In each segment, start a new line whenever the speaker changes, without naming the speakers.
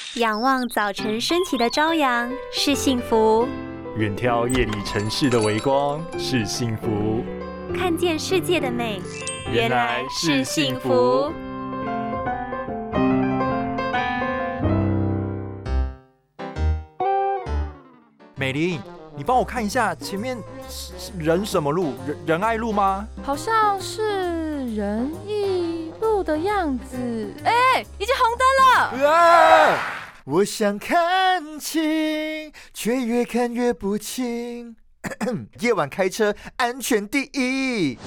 仰望早晨升起的朝阳是幸福，
远眺夜里城市的微光是幸福，
看见世界的美
原来是幸福。
美玲，你帮我看一下前面仁什么路？仁爱路吗？
好像是仁义路的样子。已经红灯了。
我想看清，却越看越不清。夜晚开车安全第一。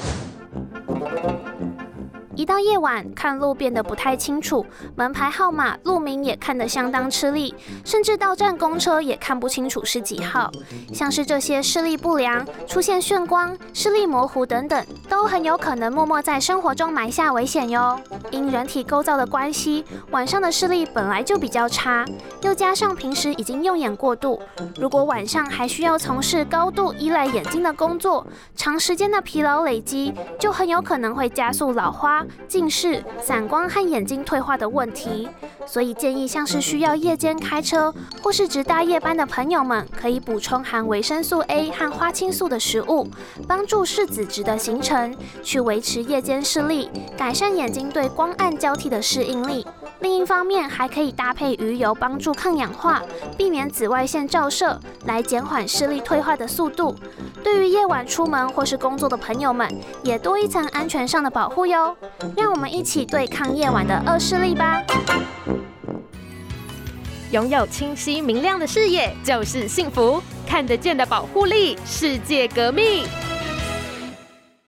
一到夜晚，看路变得不太清楚，门牌号码、路名也看得相当吃力，甚至到站公车也看不清楚是几号。像是这些视力不良、出现眩光、视力模糊等等，都很有可能默默在生活中埋下危险哟。因人体构造的关系，晚上的视力本来就比较差，又加上平时已经用眼过度，如果晚上还需要从事高度依赖眼睛的工作，长时间的疲劳累积，就很有可能会加速老花、近视、散光和眼睛退化的问题。所以建议像是需要夜间开车或是值大夜班的朋友们，可以补充含维生素 A 和花青素的食物，帮助视紫质的形成，去维持夜间视力，改善眼睛对光暗交替的适应力。另一方面，还可以搭配鱼油帮助抗氧化，避免紫外线照射，来减缓视力退化的速度。对于夜晚出门或是工作的朋友们，也多一层安全上的保护哟。让我们一起对抗夜晚的恶视力吧。
拥有清晰明亮的视野就是幸福，看得见的保护力，世界革命。